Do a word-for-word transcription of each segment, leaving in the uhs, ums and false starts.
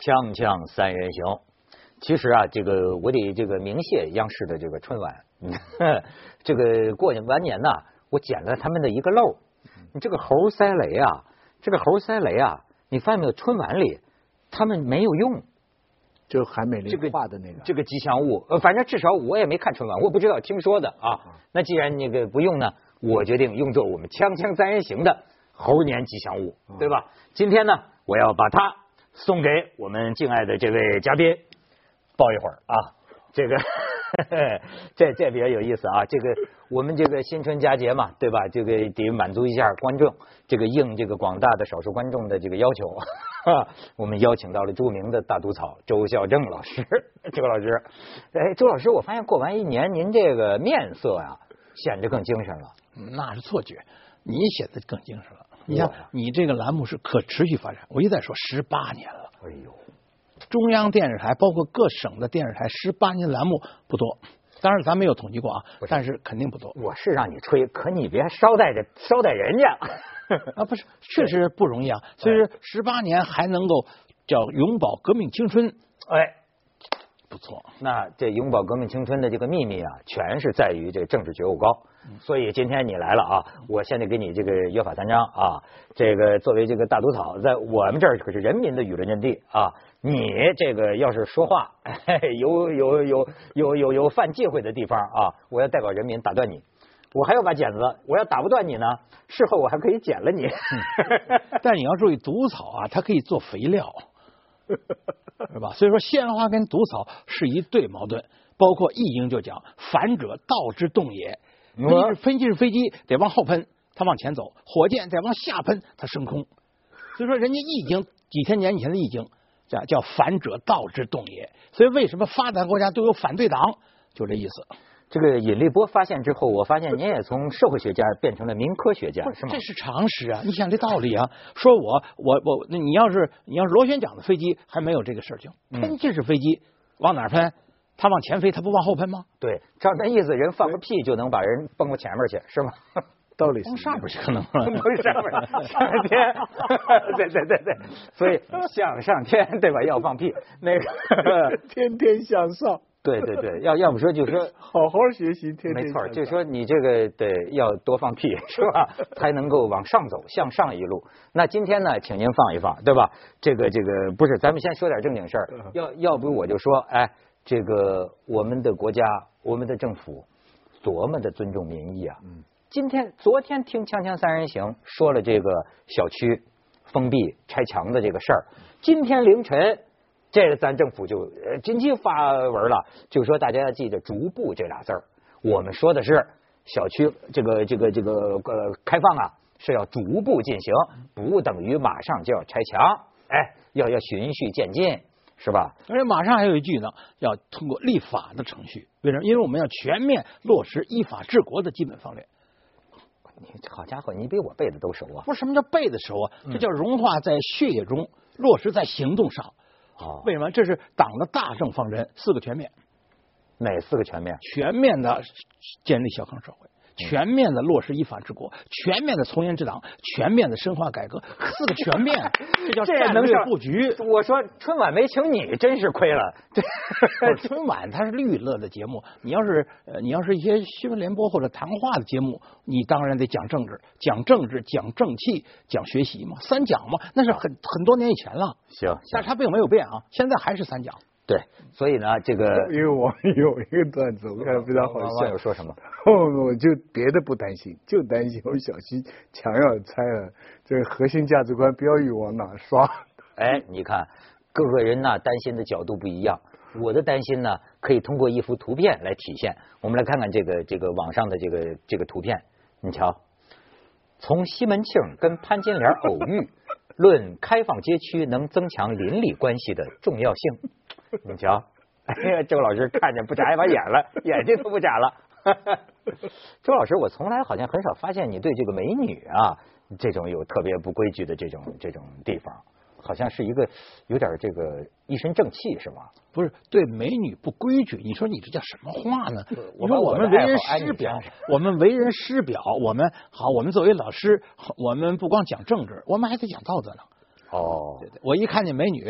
锵锵三人行。其实啊，这个我得这个鸣谢央视的这个春晚。这个过完年呐、啊，我捡了他们的一个漏。你这个猴塞雷啊，这个猴塞雷啊，你发现没有？春晚里他们没有用。 就韩美玲画的那个这个吉祥物，呃，反正至少我也没看春晚，我不知道，听说的啊。那既然那个不用呢，我决定用作我们锵锵三人行的猴年吉祥物，对吧？今天呢，我要把它送给我们敬爱的这位嘉宾，抱一会儿啊。这个这这比较有意思啊。这个我们这个新春佳节嘛，对吧？这个得满足一下观众，这个应这个广大的少数观众的这个要求。我们邀请到了著名的大毒草周孝正老师。周老师，哎，周老师，我发现过完一年，您这个面色呀、啊，显得更精神了。 那是错觉，你显得更精神了。你看，你这个栏目是可持续发展，我一再说十八年了。 哎呦， 中央电视台包括各省的电视台十八年栏目不多，当然咱没有统计过啊，但是肯定不多。 我是让你吹，可你别捎带着捎带人家。 啊，不是，确实不容易啊。所以说，十八年还能够叫永葆革命青春， 哎， 不错。 那这永葆革命青春的这个秘密啊，全是在于这政治觉悟高。所以今天你来了啊，我现在给你这个约法三章啊。这个作为这个大毒草，在我们这儿可是人民的舆论阵地啊。你这个要是说话，哎、有有有有有有犯忌讳的地方啊，我要代表人民打断你。我还有把剪子，我要打不断你呢，事后我还可以剪了你。 但你要注意，毒草啊，它可以做肥料，是吧？所以说，鲜花跟毒草是一对矛盾。包括《易经》就讲，反者道之动也。分分析是飞机得往后喷，它往前走；火箭得往下喷，它升空。所以说，人家《易经》几千年以前的《易经》叫叫反者道之动也。所以为什么发达国家都有反对党？就这意思。 这个引力波发现之后，我发现您也从社会学家变成了民科学家，是吗？ 这是常识啊！你想这道理啊？说我我我，那你要是你要是螺旋桨的飞机，还没有这个事情。喷气式飞机往哪喷？它往前飞，它不往后喷吗？ 对，照那意思，人放个屁就能把人蹦过前面去，是吗？ 道理是往上边去可能， 不是上面上天，对对对对，所以向上天，对吧？要放屁，那个天天向上。 对对对，要要不说就说好好学习，天天没错，就说你这个得要多放屁，是吧？才能够往上走，向上一路。那今天呢，请您放一放，对吧？这个这个不是，咱们先说点正经事儿。要要不我就说，哎，这个我们的国家，我们的政府多么的尊重民意啊！嗯，今天昨天听《锵锵三人行》说了这个小区封闭拆墙的这个事儿，今天凌晨。这个咱政府就呃紧急发文了，就说大家要记得逐步这俩字儿。我们说的是小区这个这个这个呃开放啊，是要逐步进行，不等于马上就要拆墙，哎，要要循序渐进，是吧？ 而且马上还有一句呢，要通过立法的程序。为什么？因为我们要全面落实依法治国的基本方略。 你好家伙，你比我背的都熟啊！ 不是什么叫背的熟啊？这叫融化在血液中，落实在行动上。 哦， 为什么？这是党的大政方针，四个全面。 哪四个全面？ 全面的建立小康社会，全面的落实依法治国，全面的从严治党，全面的深化改革，四个全面，这叫战略布局。 我说春晚没请你，真是亏了。这春晚它是娱乐的节目，你要是呃你要是一些新闻联播或者谈话的节目，你当然得讲政治，讲政治，讲正气，讲学习嘛，三讲嘛，那是很很多年以前了。 行， 但是它并没有变啊，现在还是三讲。 对，所以呢，这个因为网友一个段子，我看非常好笑。 网友说什么？ 我就别的不担心，就担心我小区墙要拆了，这个核心价值观标语往哪刷？ 哎，你看，各个人呢担心的角度不一样。我的担心呢，可以通过一幅图片来体现。我们来看看这个这个网上的这个这个图片，你瞧，从西门庆跟潘金莲偶遇，论开放街区能增强邻里关系的重要性。你瞧，哎呀，周老师看着不眨一把眼了，眼睛都不眨了。周老师，我从来好像很少发现你对这个美女啊这种有特别不规矩的这种这种地方，好像是一个有点这个一身正气，是吗？ 不是，对美女不规矩，你说你这叫什么话呢？你说我们为人师表，我们为人师表，我们好，我们作为老师，我们不光讲政治，我们还得讲道德呢。 哦， 对对，我一看见美女。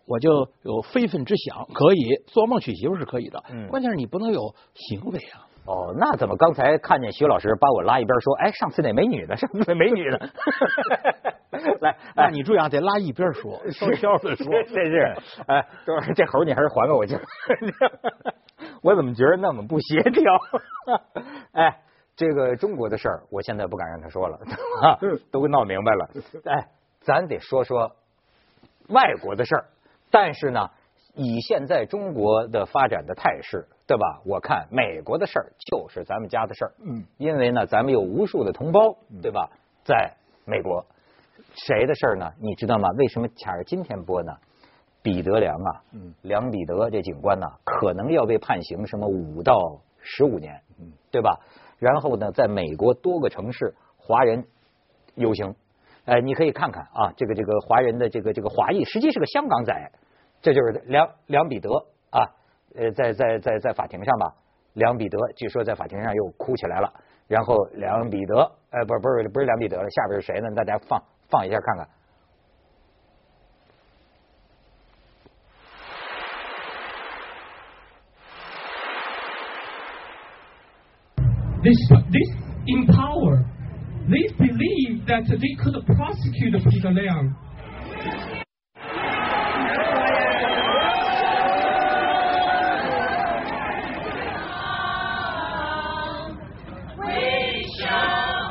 我就有非分之想，可以做梦娶媳妇是可以的， 嗯， 关键是你不能有行为啊。 哦，那怎么刚才看见徐老师把我拉一边说，哎，上次那美女呢？上次那美女呢？来， 那你注意啊，得拉一边说，悄悄的说， 这是，哎，这这猴你还是还给我去。我怎么觉得那么不协调？哎，这个中国的事儿，我现在不敢让他说了，啊，都闹明白了。哎，咱得说说外国的事儿，但是呢，以现在中国的发展的态势，对吧？我看美国的事儿就是咱们家的事儿， 嗯， 因为呢，咱们有无数的同胞，对吧？在美国，谁的事儿呢？你知道吗？为什么卡着今天播呢？彼得梁啊，嗯，梁彼得这警官呢，可能要被判刑什么五到十五年，嗯，对吧？然后呢，在美国多个城市，华人游行，哎，你可以看看啊，这个这个华人的这个这个华裔，实际是个香港仔，这就是梁梁彼得啊，呃，在在在在法庭上吧，梁彼得据说在法庭上又哭起来了，然后梁彼得，呃，不是不是不是梁彼得了，下边是谁呢？大家放放一下看看。 This, this in power, they believe that they could prosecute Peter Liang. We shall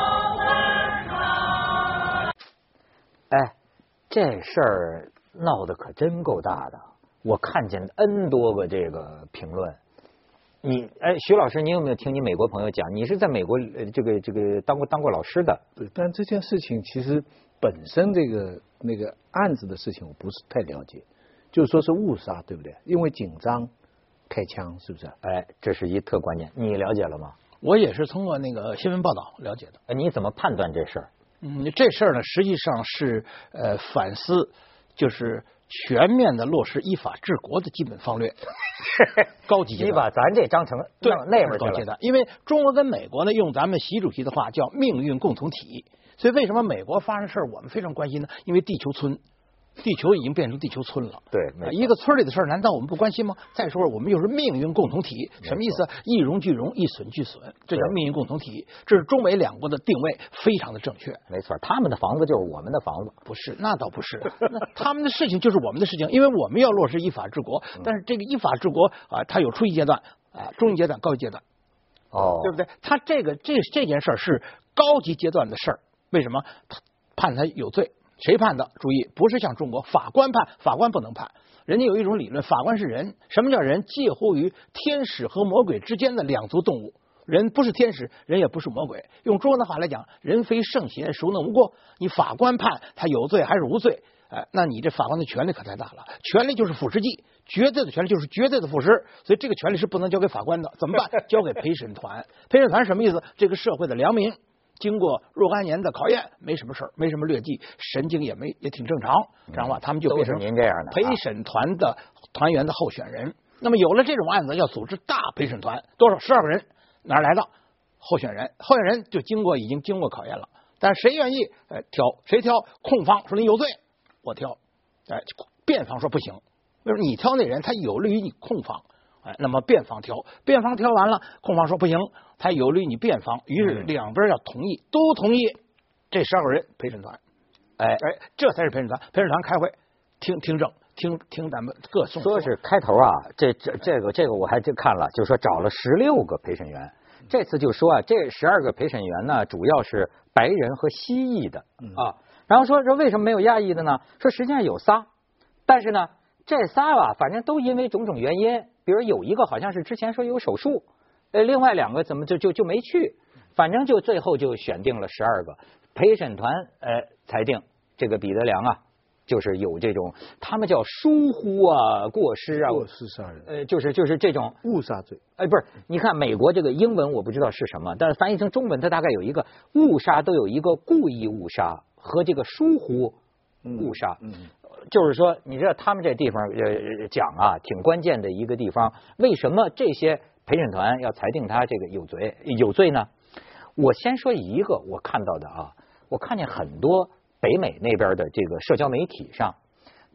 overcome. 哎，这事儿闹得可真够大的，我看见 N 多个这个评论。你哎，徐老师，你有没有听你美国朋友讲？你是在美国呃这个这个当过当过老师的。 对，但这件事情其实本身这个那个案子的事情我不是太了解，就是说是误杀，对不对？因为紧张开枪，是不是？ 哎，这是一特关键，你了解了吗？ 我也是通过那个新闻报道了解的。 哎，你怎么判断这事儿？ 嗯，这事儿呢，实际上是呃反思，就是全面的落实依法治国的基本方略。高级阶段， 你把咱这章程对那边去了。 因为中国跟美国呢，用咱们习主席的话叫命运共同体，所以为什么美国发生事儿我们非常关心呢？因为地球村。地球已经变成地球村了， 对， 一个村里的事儿，难道我们不关心吗？再说，我们又是命运共同体，什么意思？一荣俱荣，一损俱损，这叫命运共同体。这是中美两国的定位，非常的正确。 没错，他们的房子就是我们的房子， 不是？那倒不是，那他们的事情就是我们的事情，因为我们要落实依法治国，但是这个依法治国啊，它有初级阶段啊、中级阶段、高级阶段， 哦， 对不对？他这个这这件事儿是高级阶段的事儿，为什么？他判他有罪。谁判的？注意，不是像中国法官判，法官不能判。人家有一种理论，法官是人。什么叫人？介乎于天使和魔鬼之间的两足动物。人不是天使，人也不是魔鬼。用中文的话来讲，人非圣贤，孰能无过？你法官判他有罪还是无罪？哎，那你这法官的权力可太大了，权力就是腐蚀剂，绝对的权力就是绝对的腐蚀，所以这个权力是不能交给法官的。怎么办？交给陪审团。陪审团什么意思？这个社会的良民。经过若干年的考验，没什么事儿，没什么劣迹，神经也没也挺正常，这样吧，他们就变成您这样的陪审团的团员的候选人。那么有了这种案子，要组织大陪审团，多少？十二个人，哪儿来的？候选人，候选人就经过已经经过考验了，但是谁愿意？哎，挑谁挑？控方说你有罪，我挑。哎，辩方说不行，就是你挑那人，他有利于你控方。哎，那么辩方挑，辩方挑完了，控方说不行，他有利于你辩方，于是两边要同意，都同意，这十二个人陪审团，哎哎，这才是陪审团。陪审团开会听听证，听听咱们各送。 说是开头啊，这这这个这个我还真看了，就是说找了十六个陪审员，这次就说啊，这十二个陪审员呢，主要是白人和西裔的啊，然后说说为什么没有亚裔的呢？说实际上有仨，但是呢，这仨吧，反正都因为种种原因。比如有一个好像是之前说有手术，呃，另外两个怎么就就就没去，反正就最后就选定了十二个陪审团，呃，裁定这个彼得梁啊，就是有这种他们叫疏忽啊、过失啊、 过失杀人， 呃，就是就是这种误杀罪。 哎，不是，你看美国这个英文我不知道是什么，但是翻译成中文它大概有一个误杀都有一个故意误杀和这个疏忽误杀。嗯。嗯就是说，你知道他们这地方呃讲啊，挺关键的一个地方。为什么这些陪审团要裁定他这个有罪有罪呢？我先说一个我看到的啊，我看见很多北美那边的这个社交媒体上，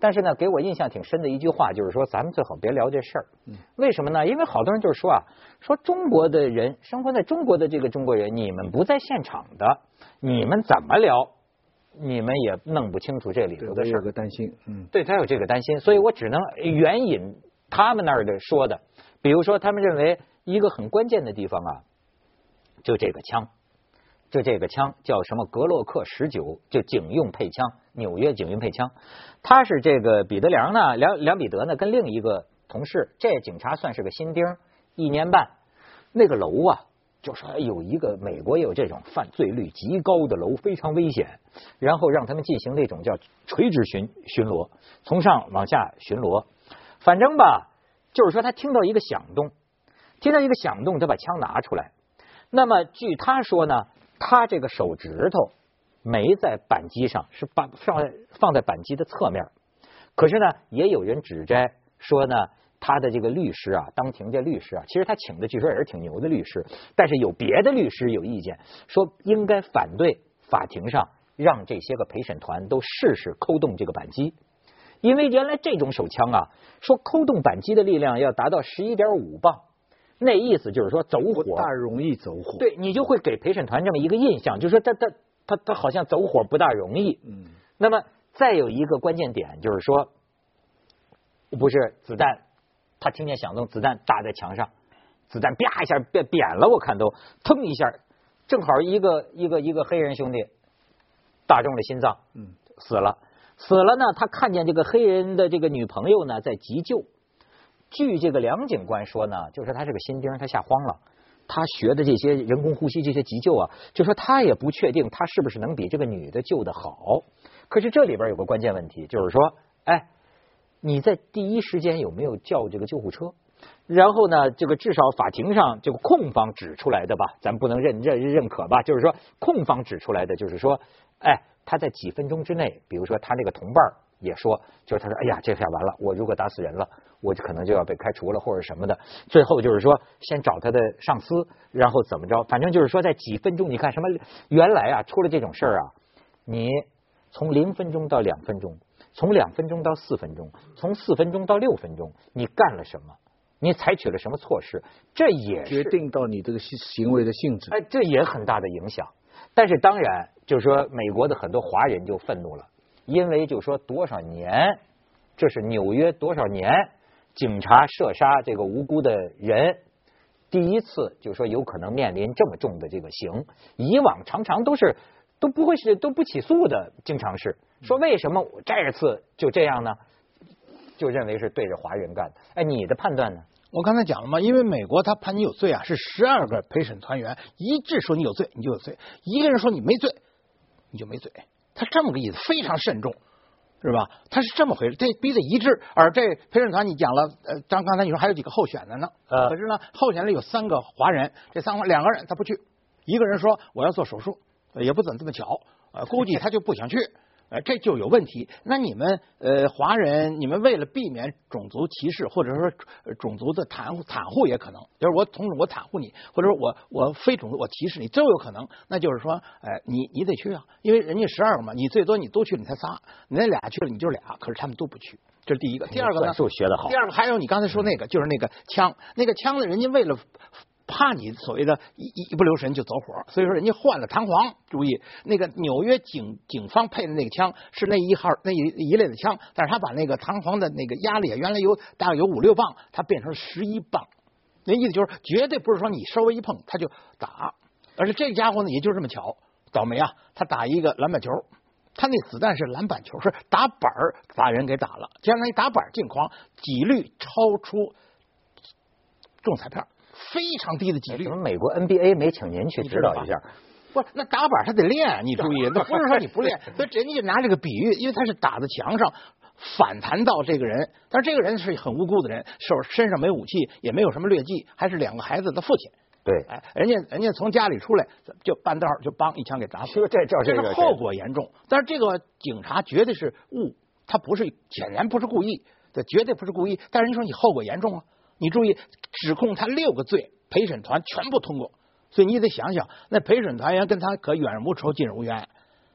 但是呢，给我印象挺深的一句话就是说，咱们最好别聊这事儿。为什么呢？因为好多人就是说啊，说中国的人生活在中国的这个中国人，你们不在现场的，你们怎么聊，你们也弄不清楚这里头的事儿。 有个担心，嗯， 对他有这个担心，所以我只能援引他们那儿的说的，比如说他们认为一个很关键的地方啊，就这个枪。就这个枪叫什么格洛克十九，就警用配枪，纽约警用配枪。他是这个彼得梁呢，梁梁彼得呢，跟另一个同事，这警察算是个新丁，一年半。那个楼啊，就说有一个美国有这种犯罪率极高的楼，非常危险，然后让他们进行那种叫垂直巡巡逻，从上往下巡逻。反正吧，就是说他听到一个响动，听到一个响动，他把枪拿出来。那么据他说呢，他这个手指头没在扳机上，是把放在放在扳机的侧面。可是呢，也有人指摘说呢，他的这个律师啊，当庭这律师啊，其实他请的据说也是挺牛的律师，但是有别的律师有意见，说应该反对法庭上让这些个陪审团都试试抠动这个扳机，因为原来这种手枪啊，说抠动扳机的力量要达到十一点五磅。那意思就是说走火不大容易走火， 对，你就会给陪审团这么一个印象，就是说他他他他好像走火不大容易。嗯，那么再有一个关键点就是说，不是子弹，他听见响动，子弹打在墙上，子弹啪一下变扁了，我看都腾一下，正好一个一个一个黑人兄弟打中了心脏，嗯，死了，死了呢，他看见这个黑人的这个女朋友呢在急救。据这个梁警官说呢，就说他是个新丁，他吓慌了，他学的这些人工呼吸这些急救啊，就说他也不确定他是不是能比这个女的救得好。可是这里边有个关键问题，就是说，哎，你在第一时间有没有叫这个救护车？然后呢，这个至少法庭上这个控方指出来的吧，咱不能认认认可吧，就是说控方指出来的，就是说，哎，他在几分钟之内，比如说他那个同伴也说，就是他说，哎呀，这下完了，我如果打死人了，我就可能就要被开除了或者什么的。最后就是说，先找他的上司，然后怎么着，反正就是说，在几分钟，你看什么，原来啊出了这种事儿啊，你从零分钟到两分钟，从两分钟到四分钟，从四分钟到六分钟，你干了什么？你采取了什么措施？这也是决定到你这个行为的性质。 哎，这也很大的影响。但是当然，就是说，美国的很多华人就愤怒了。因为就说多少年，这是纽约多少年警察射杀这个无辜的人，第一次就说有可能面临这么重的这个刑，以往常常都是都不会是都不起诉的，经常是说为什么我这次就这样呢？就认为是对着华人干的。哎，你的判断呢？ 我刚才讲了嘛，因为美国他判你有罪啊，是十二个陪审团员一致说你有罪，你就有罪；一个人说你没罪，你就没罪。他这么个意思，非常慎重，是吧？他是这么回事，这必须得一致。而这陪审团你讲了，呃，刚刚才你说还有几个候选的呢，呃，可是呢，候选里有三个华人，这三个两个人他不去，一个人说我要做手术，也不怎么这么巧，呃，估计他就不想去。呃，这就有问题。那你们呃华人，你们为了避免种族歧视，或者说种族的袒护袒护也可能，就是我同时我袒护你，或者说我我非种族我歧视你，都有可能。那就是说，哎，你你得去啊，因为人家十二个嘛，你最多你都去，你才仨，你那俩去了你就俩，可是他们都不去，这是第一个。第二个呢， 数学得好。 第二个还有你刚才说那个，就是那个枪，那个枪呢，人家为了怕你所谓的一一不留神就走火，所以说人家换了弹簧。注意，那个纽约警警方配的那个枪是那一号那一一类的枪，但是他把那个弹簧的那个压力原来有大概有五六磅，它变成十一磅。那意思就是绝对不是说你稍微一碰他就打，而且这家伙呢也就这么巧，倒霉啊，他打一个篮板球。他那子弹是篮板球，是打板儿把人给打了，相当于打板进框，几率超出中彩票。非常低的几率。 怎么美国 N B A 没请您去指导一下？ 不，那打板他得练，你注意，那不是说你不练。所以人家就拿这个比喻，因为他是打在墙上，反弹到这个人，但是这个人是很无辜的人，手身上没武器，也没有什么劣迹，还是两个孩子的父亲。 对， 哎，人家人家从家里出来，就半道就帮一枪给打死， 这这这是后果严重。但是这个警察绝对是误，他不是显然不是故意，这绝对不是故意。但是你说你后果严重啊？你注意，指控他六个罪，陪审团全部通过，所以你得想想，那陪审团员跟他可远无仇近无冤。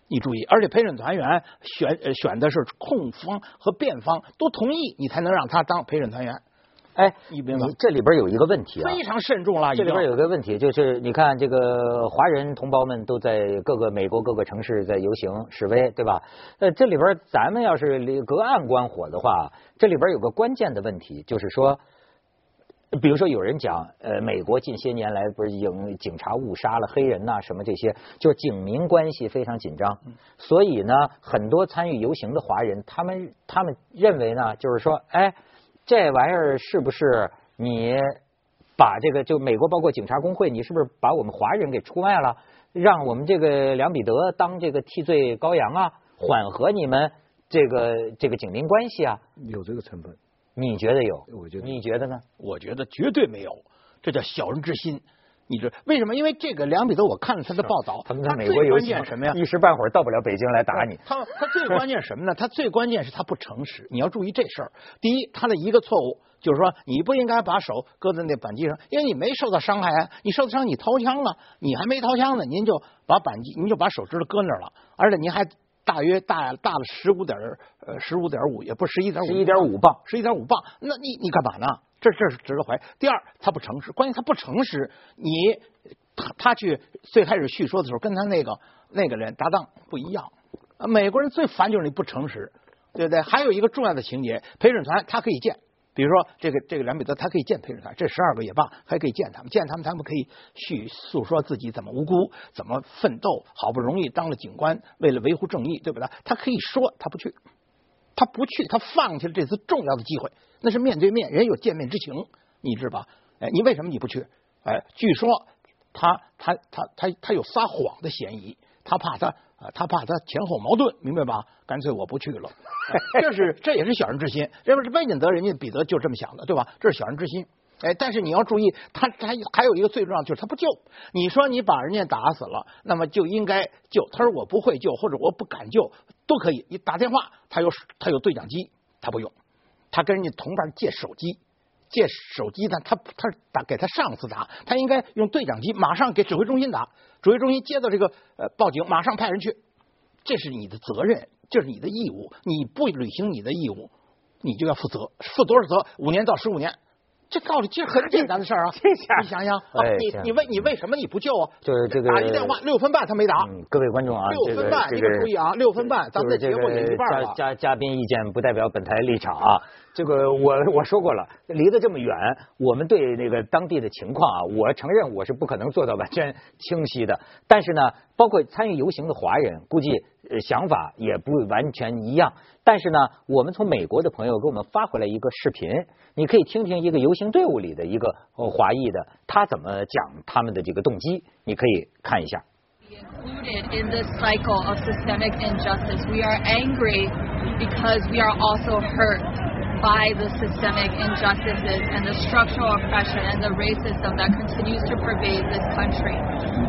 你注意，而且陪审团员选呃选的是控方和辩方都同意，你才能让他当陪审团员。 哎， 你明白？ 这里边有一个问题啊， 非常慎重了。 这里边有一个问题，就是你看这个华人同胞们都在各个美国各个城市在游行示威，对吧？呃，这里边咱们要是隔岸观火的话，这里边有个关键的问题，就是说，比如说有人讲，呃，美国近些年来不是警警察误杀了黑人呐、啊，什么这些，就是警民关系非常紧张，所以呢，很多参与游行的华人，他们他们认为呢，就是说，哎。这玩意儿是不是你把这个就美国包括警察工会，你是不是把我们华人给出卖了，让我们这个梁彼得当这个替罪羔羊啊，缓和你们这个这个警民关系啊？ 有这个成分？ 你觉得有？ 我觉得。 你觉得呢？ 我觉得绝对没有，这叫小人之心。你知为什么？因为这个梁彼得，我看了他的报道， 他们在美国有关键什么呀？ 一时半会儿到不了北京来打你。 他他最关键什么呢？他最关键是他不诚实。你要注意这事儿。第一，他的一个错误就是说，你不应该把手搁在那扳机上，因为你没受到伤害啊。你受到伤，你掏枪了，你还没掏枪呢，您就把扳机，您就把手指头搁那儿了，而且您还大约大大了十五点呃十五点五，也不十一点五， 十一点五磅， 十一点五磅。那你你干嘛呢？这这是值得怀疑。第二，他不诚实，关键他不诚实，你。他他去最开始叙说的时候，跟他那个那个人搭档不一样。美国人最烦就是你不诚实，对不对？还有一个重要的情节，陪审团他可以见，比如说这个这个梁彼得他可以见陪审团，这十二个也罢，还可以见他们，见他们他们可以叙诉说自己怎么无辜，怎么奋斗，好不容易当了警官，为了维护正义，对不对？他可以说他不去，他不去，他放弃了这次重要的机会，那是面对面，人有见面之情，你知道吧？哎，你为什么你不去？哎，据说。他他他他他有撒谎的嫌疑，他怕他啊，他怕他前后矛盾，明白吧？干脆我不去了，这是这也是小人之心。这不是贝锦德人家彼得就这么想的，对吧？这是小人之心。哎，但是你要注意，他他还有一个最重要就是他不救。你说你把人家打死了，那么就应该救。他说我不会救，或者我不敢救，都可以。你打电话，他有他有对讲机，他不用，他跟人家同伴借手机。借手机呢，他他打给他上司打，他应该用对讲机，马上给指挥中心打，指挥中心接到这个呃报警，马上派人去，这是你的责任，这是你的义务，你不履行你的义务，你就要负责，负多少责？五年到十五年。这道理其实很简单的事儿啊，你想想，啊、 哎、 你你为你为什么你不救啊？ 就是这个打一电话六分半他没打， 嗯、各位观众啊， 六分半， 这个、这个、 注意啊，六分半，咱们的节目也一半了。嘉嘉宾意见不代表本台立场啊，这个我我说过了，离得这么远，我们对那个当地的情况啊，我承认我是不可能做到完全清晰的，但是呢，包括参与游行的华人，估计呃想法也不完全一样。但是呢，我们从美国的朋友给我们发回来一个视频，你可以听听一个游行队伍里的一个华裔的他怎么讲他们的这个动机，你可以看一下。 Included in this cycle of systemic injustice, we are angry because we are also hurt by the systemic injustices and the structural oppression and the racism that continues to pervade this country.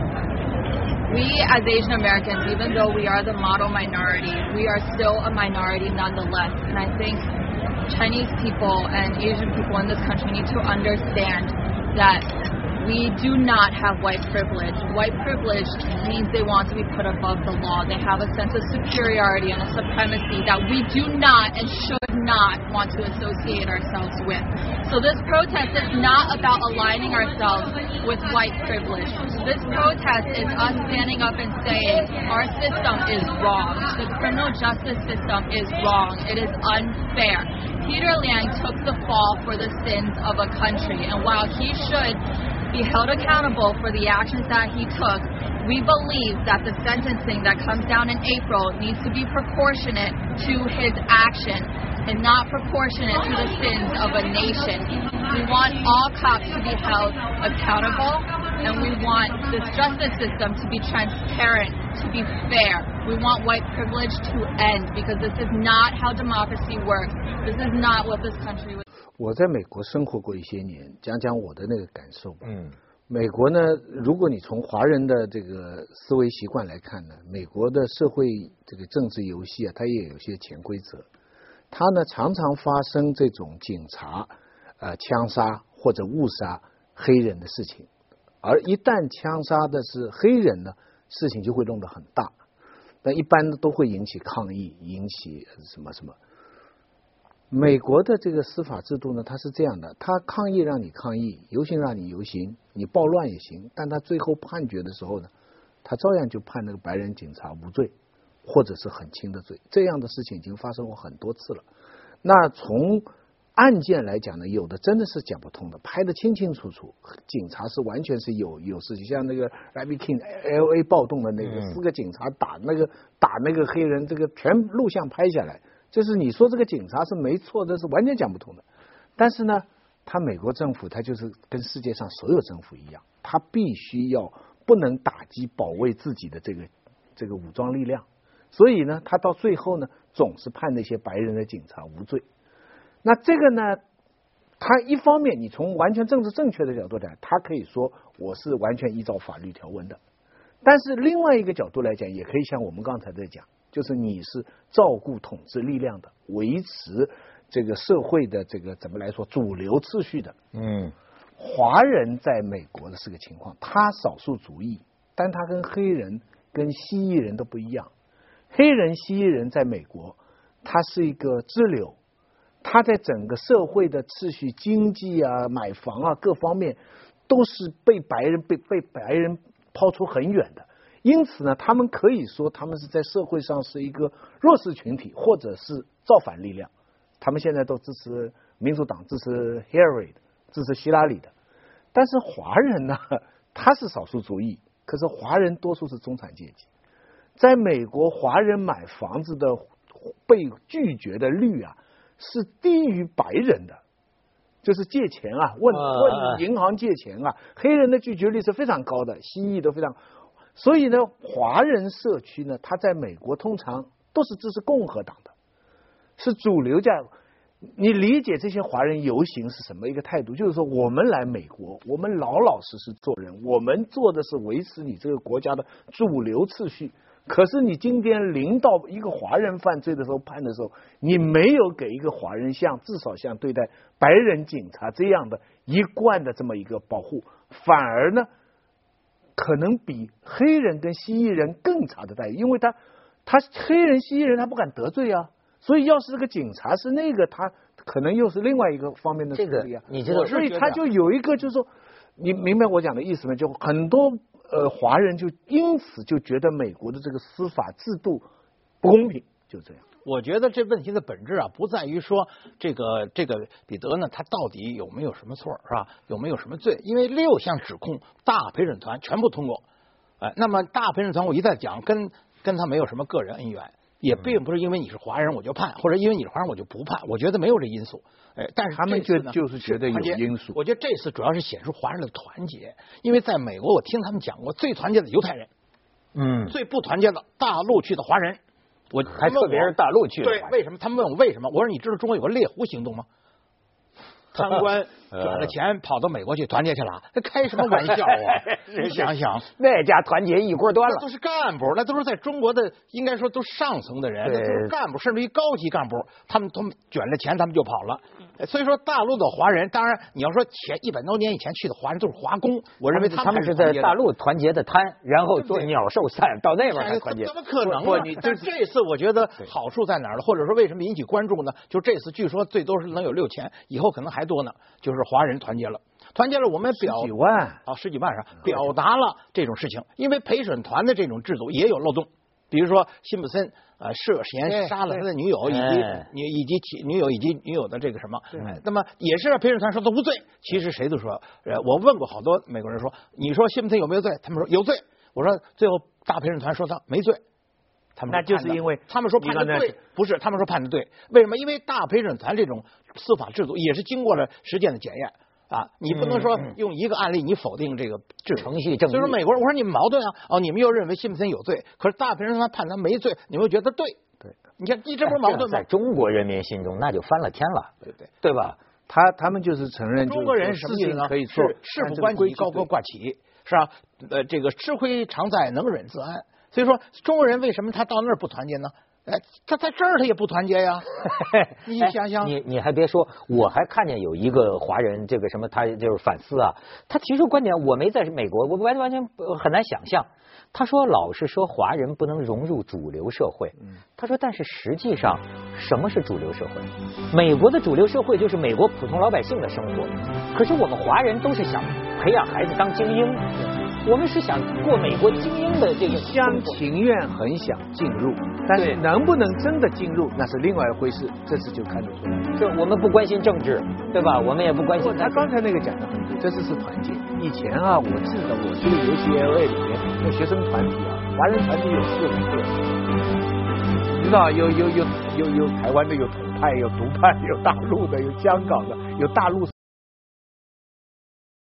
We as Asian Americans, even though we are the model minority, we are still a minority nonetheless. And I think Chinese people and Asian people in this country need to understand that we do not have white privilege. White privilege means they want to be put above the law. They have a sense of superiority and a supremacy that we do not and should not want to associate ourselves with. So this protest is not about aligning ourselves with white privilege. This protest is us standing up and saying our system is wrong. The criminal justice system is wrong. It is unfair. Peter Liang took the fall for the sins of a country, and while he should be held accountable for the actions that he took, we believe that the sentencing that comes down in April needs to be proportionate to his action and not proportionate to the sins of a nation. We want all cops to be held accountable, and we want this justice system to be transparent, to be fair. We want white privilege to end, because this is not how democracy works. This is not what this country was. 我在美国生活过一些年，讲讲我的那个感受吧。 嗯， 美国呢，如果你从华人的这个思维习惯来看呢，美国的社会这个政治游戏啊，它也有些潜规则。它呢常常发生这种警察呃枪杀或者误杀黑人的事情，而一旦枪杀的是黑人呢，事情就会弄得很大。 但一般都会引起抗议，引起什么什么。美国的这个司法制度呢，它是这样的，它抗议让你抗议，游行让你游行，你暴乱也行，但它最后判决的时候呢，他照样就判那个白人警察无罪，或者是很轻的罪。这样的事情已经发生过很多次了。那从案件来讲呢，有的真的是讲不通的，拍得清清楚楚，警察是完全是有有事情，像那个 Larry King L A 暴动的那个、嗯、四个警察打那个打那个黑人，这个全录像拍下来，就是你说这个警察是没错的，是完全讲不通的。但是呢，他美国政府他就是跟世界上所有政府一样，他必须要不能打击保卫自己的这个这个武装力量，所以呢，他到最后呢，总是判那些白人的警察无罪。那这个呢，他一方面你从完全政治正确的角度讲，他可以说我是完全依照法律条文的，但是另外一个角度来讲，也可以像我们刚才在讲，就是你是照顾统治力量的，维持这个社会的这个怎么来说主流秩序的。嗯，华人在美国的是个情况，他少数族裔，但他跟黑人跟西裔人都不一样。黑人西裔人在美国，他是一个支流。他在整个社会的秩序、经济啊、买房啊各方面，都是被白人被被白人抛出很远的。因此呢，他们可以说他们是在社会上是一个弱势群体，或者是造反力量。他们现在都支持民主党，支持 Hillary 的，支持希拉里的。但是华人呢，他是少数族裔，可是华人多数是中产阶级。在美国，华人买房子的被拒绝的率啊，是低于白人的，就是借钱啊，问问银行借钱啊，黑人的拒绝率是非常高的，西裔都非常。所以呢，华人社区呢，他在美国通常都是支持共和党的，是主流价。你理解这些华人游行是什么一个态度？就是说，我们来美国，我们老老实实做人，我们做的是维持你这个国家的主流秩序。可是你今天临到一个华人犯罪的时候判的时候，你没有给一个华人像至少像对待白人警察这样的一贯的这么一个保护，反而呢，可能比黑人跟西裔人更差的待遇，因为他他黑人西裔人他不敢得罪啊，所以要是这个警察是那个，他可能又是另外一个方面的处理啊。 这个你知道， 所以他就有一个就是说，你明白我讲的意思吗？就很多。呃，华人就因此就觉得美国的这个司法制度不公平，就这样。 我觉得这问题的本质啊，不在于说这个这个彼得呢，他到底有没有什么错，是吧？有没有什么罪？因为六项指控，大陪审团全部通过。哎、呃，那么大陪审团我一再讲，跟跟他没有什么个人恩怨，也并不是因为你是华人我就判，或者因为你是华人我就不判。我觉得没有这因素。哎，但是他们就就是觉得有因素。 我觉得这次主要是显示华人的团结，因为在美国，我听他们讲过，最团结的犹太人，嗯，最不团结的大陆去的华人。我还特别是大陆去的。 对，为什么？他们问我为什么？我说你知道中国有个猎狐行动吗？贪官转了钱跑到美国去团结去了，这开什么玩笑啊！你想想， 那家团结一锅端了， 那都是干部，那都是在中国的应该说都上层的人，那都是干部，甚至于高级干部，他们都卷了钱，他们就跑了。所以说，大陆的华人，当然你要说前一百多年以前去的华人都是华工，我认为他们是在大陆团结的贪，然后做鸟兽散到那边才团结。 怎么可能啊？你这这次我觉得好处在哪儿了？或者说为什么引起关注呢？就这次据说最多是能有六千，以后可能还多呢。就是华人团结了，团结了，我们表十几万啊，十几万上表达了这种事情。因为陪审团的这种制度也有漏洞，比如说辛普森呃涉嫌杀了他的女友以及女以及女友以及女友的这个什么，哎，那么也是陪审团说他无罪，其实谁都说，呃，我问过好多美国人说，你说辛普森有没有罪？他们说有罪。我说最后大陪审团说他没罪。他们那就是因为他们说判的对，不是他们说判的对，为什么？因为大陪审团这种司法制度也是经过了实践的检验啊，你不能说用一个案例你否定这个制度程序正义。 所以说美国人，我说你们矛盾啊，哦，你们又认为辛普森有罪，可是大陪审团判他没罪，你们又觉得对， 对， 你看你这不是矛盾吗？ 在中国人民心中那就翻了天了， 对对对吧？ 他他们就是承认中国人是什么意思呢？ 可以做是事不关己高高挂起，是吧？呃，这个吃亏常在能忍自安。所以说，中国人为什么他到那儿不团结呢？哎，他在这儿他也不团结呀。你想想， 你你还别说，我还看见有一个华人，这个什么，他就是反思啊。他提出观点，我没在美国，我完完全很难想象。 他说老是说华人不能融入主流社会，他说但是实际上什么是主流社会？美国的主流社会就是美国普通老百姓的生活，可是我们华人都是想培养孩子当精英，我们是想过美国精英的这个一厢情愿，很想进入，但是能不能真的进入，那是另外一回事。这次就看得出来， 就我们不关心政治，对吧？我们也不关心。 他刚才那个讲的很对，这次是团结。以前啊，我记得我这个游戏 L A 里面那学生团体啊，华人团体有四五个，你知道有有有有有台湾的，有统派，有独派，有大陆的，有香港的，有大陆。